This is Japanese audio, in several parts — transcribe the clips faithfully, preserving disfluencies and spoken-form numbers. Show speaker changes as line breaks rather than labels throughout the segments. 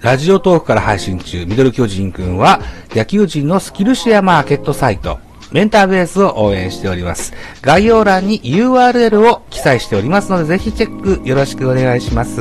ラジオトークから配信中、ミドル巨人くんは、野球人のスキルシェアマーケットサイト、メンターベースを応援しております。概要欄に ユーアールエル を記載しておりますので、ぜひチェックよろしくお願いします。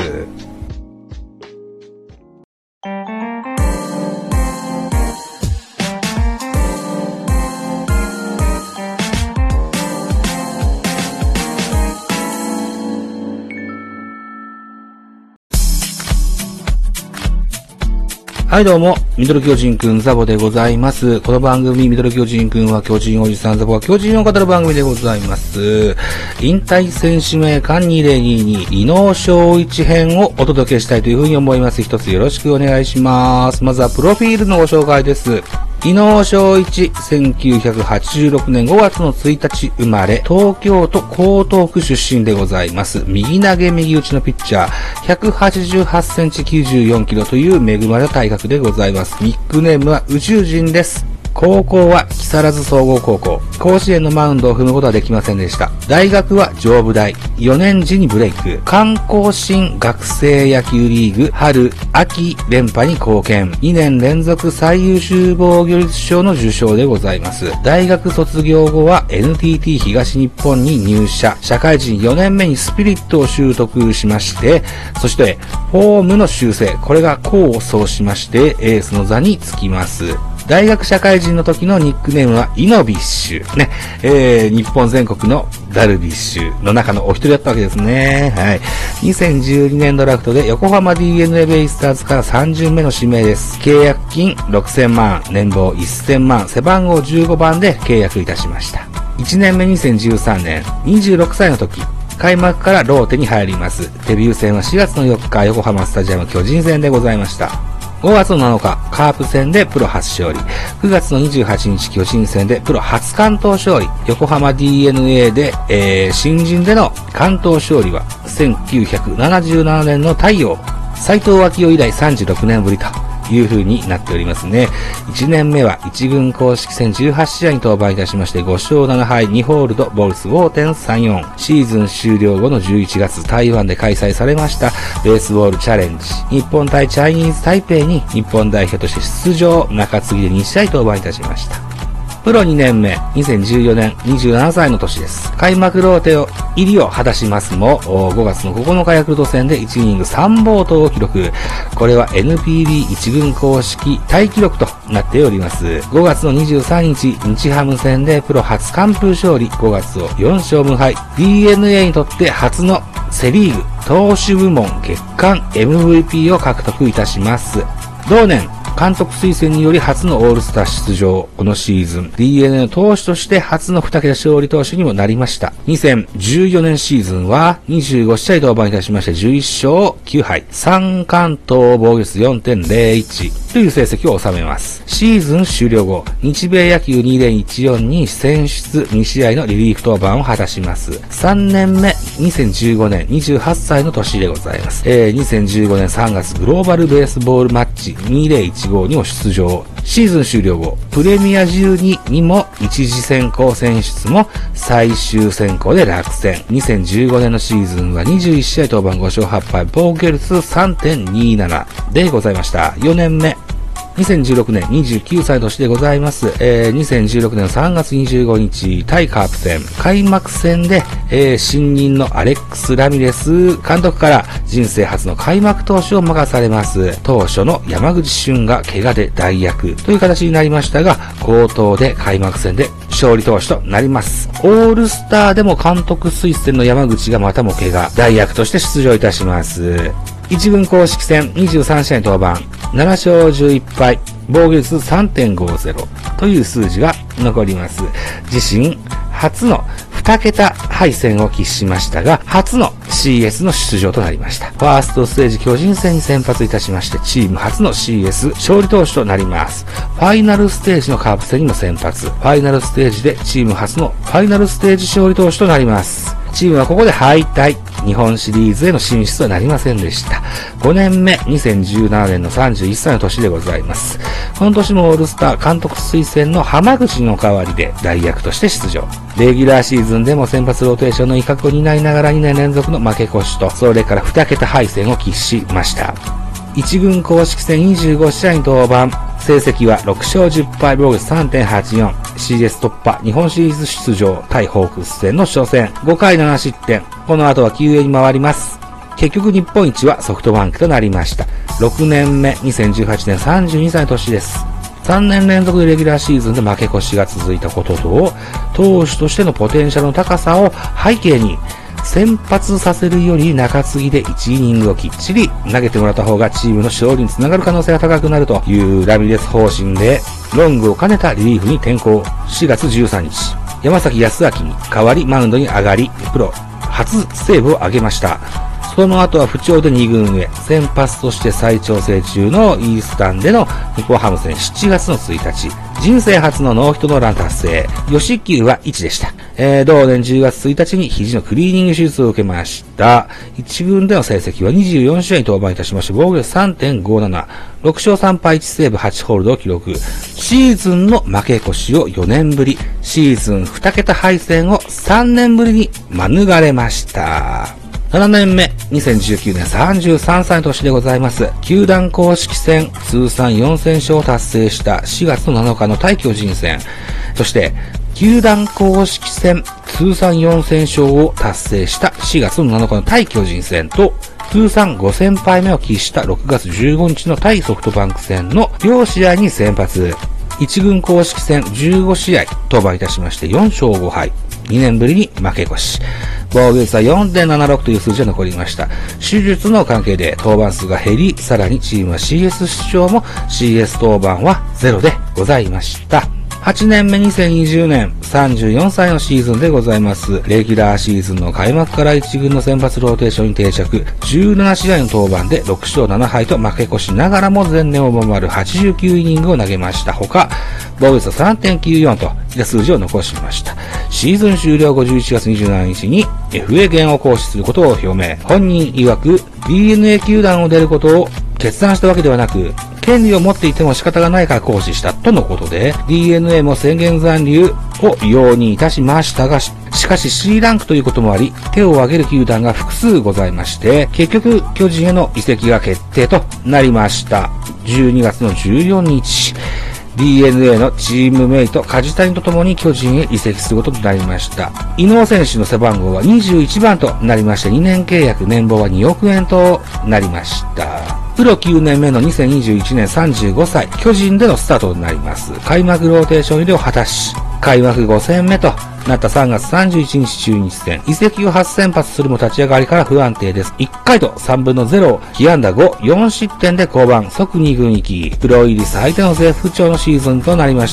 はいどうも、ミドル巨人くんザボでございます。この番組、ミドル巨人くんは巨人おじさんザボは巨人を語る番組でございます。引退選手名鑑にせんにじゅうに、伊能正一編をお届けしたいというふうに思います。一つよろしくお願いします。まずはプロフィールのご紹介です。伊能正一、せんきゅうひゃくはちじゅうろくねんごがつのついたち生まれ、東京都江東区出身でございます。右投げ右打ちのピッチャー、ひゃくはちじゅうはちセンチきゅうじゅうよんキロという恵まれた体格でございます。ニックネームは宇宙人です。高校は木更津総合高校。甲子園のマウンドを踏むことはできませんでした。大学は上武大。よねん時にブレイク。観光新学生野球リーグ春、秋連覇に貢献。にねん連続最優秀防御率賞の受賞でございます。大学卒業後は エヌティーティー 東日本に入社。社会人よねんめにスピリットを習得しまして、そしてフォームの修正。これが功を奏しまして、エースの座につきます。大学社会人の時のニックネームはイノビッシュ。ね。えー、日本全国のダルビッシュの中のお一人だったわけですね。はい。にせんじゅうにねんドラフトで横浜 ディーエヌエー ベイスターズからさん巡目の指名です。契約金ろくせんまん、年俸せんまん、背番号じゅうごばんで契約いたしました。いちねんめにせんじゅうさんねん、にじゅうろくさいの時、開幕からローテに入ります。デビュー戦はしがつのよっか、横浜スタジアム巨人戦でございました。ごがつのなのか、カープ戦でプロ初勝利。くがつのにじゅうはちにち、巨人戦でプロ初完投勝利。横浜 ディーエヌエー で、えー、新人での完投勝利は、せんきゅうひゃくななじゅうななねんの太陽、斎藤昭夫以来さんじゅうろくねんぶりという風になっておりますね。いちねんめは一軍公式戦じゅうはちしあいに登板いたしまして、ごしょうななはい、にホールド、ボルス ごてんさんよん。シーズン終了後のじゅういちがつ、台湾で開催されました、ベースボールチャレンジ。日本対チャイニーズ台北に日本代表として出場、中継ぎでにしあい登板いたしました。プロにねんめ、にせんじゅうよねん、にじゅうななさいの年です。開幕ローテを入りを果たしますも、ごがつのここのかヤクルト戦でいちイニングさんぼうとうを記録。これは エヌピービーいち 軍公式タイ記録となっております。ごがつのにじゅうさんにち、日ハム戦でプロ初完封勝利。ごがつをよんしょうむはい。ディーエヌエー にとって初のセリーグ投手部門月間 エムブイピー を獲得いたします。同年、監督推薦により初のオールスター出場。このシーズン、ディーエヌエー の投手として初のにけた勝利投手にもなりました。にせんじゅうよねんシーズンはにじゅうごしあい登板いたしましてじゅういっしょうきゅうはい。さん完投防御率 よんてんぜろいち という成績を収めます。シーズン終了後、日米野球にせんじゅうよんに選出にしあいのリリーフ登板を果たします。さんねんめ、にせんじゅうごねん、にじゅうはっさいの年でございます。えー、にせんじゅうごねんさんがつグローバルベースボールマッチにせんじゅうごにも出場。シーズン終了後、プレミアじゅうににも一次選考選出も最終選考で落選。にせんじゅうごねんのシーズンはにじゅういちしあい登板ごしょうはっぱい、防御率 さんてんにーなな でございました。よねんめ。にせんじゅうろくねんにじゅうきゅうさいの年でございます。えー、にせんじゅうろくねんさんがつにじゅうごにち、対カープ戦。開幕戦で、えー、新任のアレックス・ラミレス監督から人生初の開幕投手を任されます。当初の山口俊が怪我で代役という形になりましたが、好投で開幕戦で勝利投手となります。オールスターでも監督推薦の山口がまたも怪我、代役として出場いたします。一軍公式戦にじゅうさんしあい登板、ななしょうじゅういっぱい、防御率 さんてんごゼロ という数字が残ります。自身初のにけた敗戦を喫しましたが、初の シーエス の出場となりました。ファーストステージ巨人戦に先発いたしまして、チーム初の シーエス 勝利投手となります。ファイナルステージのカープ戦にも先発。ファイナルステージでチーム初のファイナルステージ勝利投手となります。チームはここで敗退。日本シリーズへの進出はなりませんでした。ごねんめ、にせんじゅうななねんのさんじゅういっさいの年でございます。この年もオールスター監督推薦の浜口の代わりで代役として出場。レギュラーシーズンでも先発ローテーションの威嚇を担いながらにねんれんぞくの負け越しと、それからにけた敗戦を喫しました。 一軍公式戦にじゅうごしあいに登板。成績はろくしょうじゅっぱい、防御率 さんてんはちよん。シーエス 突破、日本シリーズ出場、対ホークス戦の初戦。ごかいななしってん。この後は休養に回ります。結局日本一はソフトバンクとなりました。ろくねんめ、にせんじゅうはちねんさんじゅうにさいの年です。さんねん連続でレギュラーシーズンで負け越しが続いたことと、投手としてのポテンシャルの高さを背景に、先発させるより中継ぎでいちイニングをきっちり投げてもらった方がチームの勝利につながる可能性が高くなるというラミレス方針で、ロングを兼ねたリリーフに転向。しがつじゅうさんにち、山崎康明に代わりマウンドに上がり、プロ初セーブを挙げました。その後は不調でにぐんへ、先発として再調整中のイースタンでの日本ハム戦しちがつのついたち、人生初のノーヒットノーラン達成、吉球はいちでした。えー、同年じゅうがつついたちに肘のクリーニング手術を受けました。一軍での成績はにじゅうよんしあいに登板いたしまして、防御率 さんてんごなな、ろくしょうさんぱいいちセーブはちホールドを記録。シーズンの負け越しをよねんぶり、シーズンにけた敗戦をさんねんぶりに免れました。ななねんめ、にせんじゅうきゅうねんさんじゅうさんさいの年でございます。球団公式戦通算よんせんしょうを達成したしがつのなのかの対巨人戦。そして、球団公式戦通算よんせんしょうを達成したしがつのなのかの対巨人戦と、通算ごせんぱいめを喫したろくがつじゅうごにちの対ソフトバンク戦の両試合に先発。一軍公式戦じゅうごしあい登板いたしましてよんしょうごはい。にねんぶりに負け越し。防御率は よんてんななろく という数字が残りました。手術の関係で登板数が減り、さらにチームは シーエス 出場も シーエス 登板はゼロでございました。はちねんめにせんにじゅうねん、さんじゅうよんさいのシーズンでございます。レギュラーシーズンの開幕から一軍の先発ローテーションに定着、じゅうななしあいの登板でろくしょうななはいと負け越しながらも前年を上回るはちじゅうきゅうイニングを投げましたほか、防御率は さんてんきゅうよん といった数字を残しました。シーズン終了後じゅういちがつにじゅうしちにちに エフエー 権を行使することを表明。本人曰く ディーエヌエー 球団を出ることを決断したわけではなく、権利を持っていても仕方がないから行使したとのことで、ディーエヌエー も宣言残留を容認いたしましたが、しかし シー ランクということもあり、手を挙げる球団が複数ございまして、結局巨人への移籍が決定となりました。じゅうにがつのじゅうよっか、ディーエヌエー のチームメイト梶谷と共に巨人へ移籍することとなりました。伊能選手の背番号はにじゅういちばんとなりまして、にねん契約、年俸はにおくえんとなりました。プロきゅうねんめのにせんにじゅういちねんさんじゅうごさい、巨人でのスタートとなります。開幕ローテーション入りを果たし、開幕ごせんめとなったさんがつさんじゅういちにち中日戦、移籍を初先発するも立ち上がりから不安定です。いっかいとさんぶんのゼロを被安打ご、よんしってんで降板、即にぐん行き、プロ入り最多の絶不調のシーズンとなりました。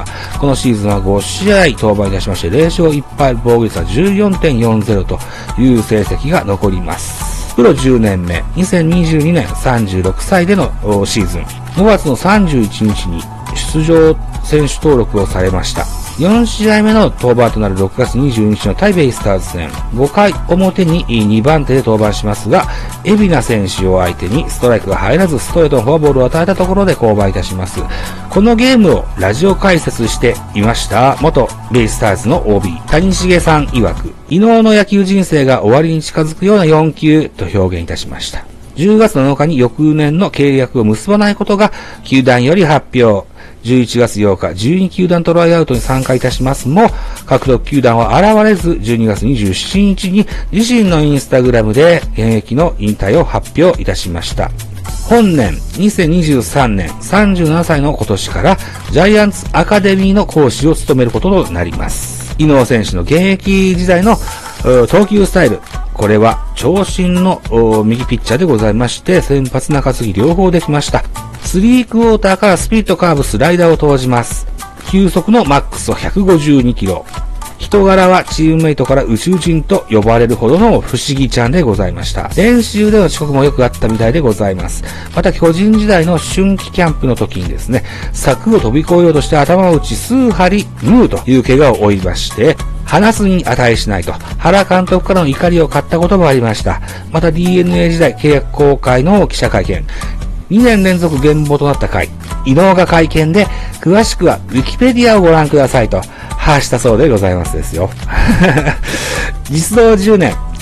このシーズンはごしあい登板いたしまして、ゼロしょういっぱい、防御率は じゅうよんてんよんゼロ という成績が残ります。プロじゅうねんめ、にせんにじゅうにねんさんじゅうろくさいでのシーズン、ごがつのさんじゅういちにちに出場選手登録をされました。よんしあいめの登板となるろくがつにじゅうにちの対ベイスターズ戦、ごかいおもてににばんてで登板しますが、海老名選手を相手にストライクが入らずストレートのフォアボールを与えたところで降板いたします。このゲームをラジオ解説していました元ベイスターズの オービー 谷繁さん曰く、伊能の野球人生が終わりに近づくようなよんきゅうと表現いたしました。じゅうがつなのかに翌年の契約を結ばないことが球団より発表。じゅういちがつようか、じゅうにきゅうだんトライアウトに参加いたしますも、獲得球団は現れず、じゅうにがつにじゅうしちにちに自身のインスタグラムで現役の引退を発表いたしました。本年、にせんにじゅうさんねん、さんじゅうななさいの今年から、ジャイアンツアカデミーの講師を務めることとなります。伊能選手の現役時代の投球スタイル、これは長身の右ピッチャーでございまして、先発中継ぎ両方できました。スリークォーターからスピリットカーブスライダーを投じます。球速のマックスはひゃくごじゅうにキロ。人柄はチームメイトから宇宙人と呼ばれるほどの不思議ちゃんでございました。練習での遅刻もよくあったみたいでございます。また巨人時代の春季キャンプの時にですね、柵を飛び越えようとして頭を打ち数針ムーという怪我を負いまして、話すに値しないと原監督からの怒りを買ったこともありました。また ディーエヌエー 時代契約公開の記者会見、にねん連続現場となった回、伊能が会見で詳しくはウィキペディアをご覧くださいと発したそうでございますですよ。実動じゅうねん、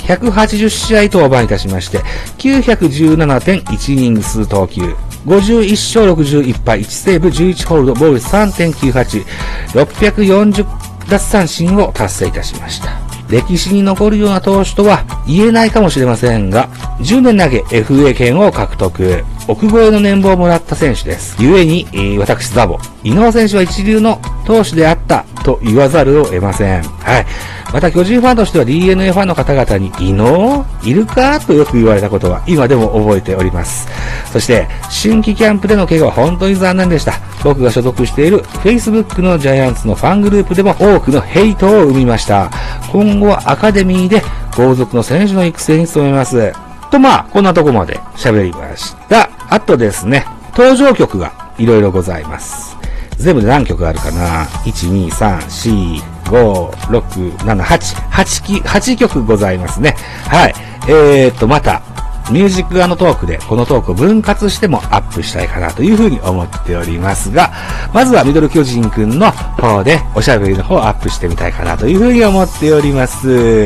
ひゃくはちじゅっしあい登板いたしまして、きゅうひゃくじゅうななてんいちイニング数投球、ごじゅういっしょうろくじゅういっぱい、いちセーブ、じゅういちホールド、防御率 さんてんきゅうはち、ろっぴゃくよんじゅう奪三振を達成いたしました。歴史に残るような投手とは言えないかもしれませんが、じゅうねん投げ エフエー 権を獲得、億超えの年俸をもらった選手です。故に、えー、私ザボ、井上選手は一流の投手であったと言わざるを得ません。はい。また巨人ファンとしては ディーエヌエー ファンの方々に、伊能いるかとよく言われたことは今でも覚えております。そして、春季キャンプでの怪我は本当に残念でした。僕が所属している Facebook のジャイアンツのファングループでも多くのヘイトを生みました。今後はアカデミーで後続の選手の育成に努めます。とまあ、こんなとこまで喋りました。あとですね、登場曲がいろいろございます。全部で何曲あるかな ?いち、に、さん、よん、ご、ろく、なな、はち。はちき、はちきょくございますね。はい。えーっと、また、ミュージック&トークでこのトークを分割してもアップしたいかなというふうに思っておりますが、まずはミドル巨人くんの方でおしゃべりの方をアップしてみたいかなというふうに思っております。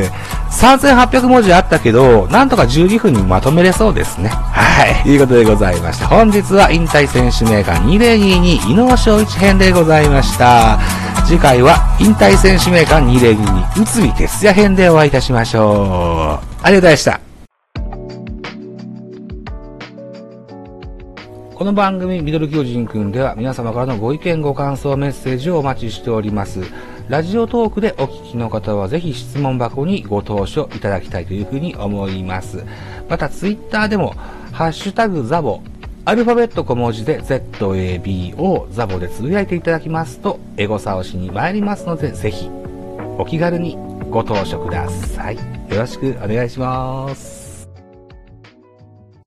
さんぜんはっぴゃくもじあったけど、なんとかじゅうにふんにまとめれそうですね。はい。ということでございまして、本日は引退選手名鑑にせんにじゅうに伊能昌一編でございました。次回は引退選手名鑑にせんにじゅうに内海哲也編でお会いいたしましょう。ありがとうございました。この番組ミドル巨人くんでは皆様からのご意見ご感想メッセージをお待ちしております。ラジオトークでお聞きの方はぜひ質問箱にご投書いただきたいというふうに思います。またツイッターでもハッシュタグザボ、アルファベット小文字で ゼットエービー をザボでつぶやいていただきますとエゴサをしに参りますので、ぜひお気軽にご投書ください。よろしくお願いします。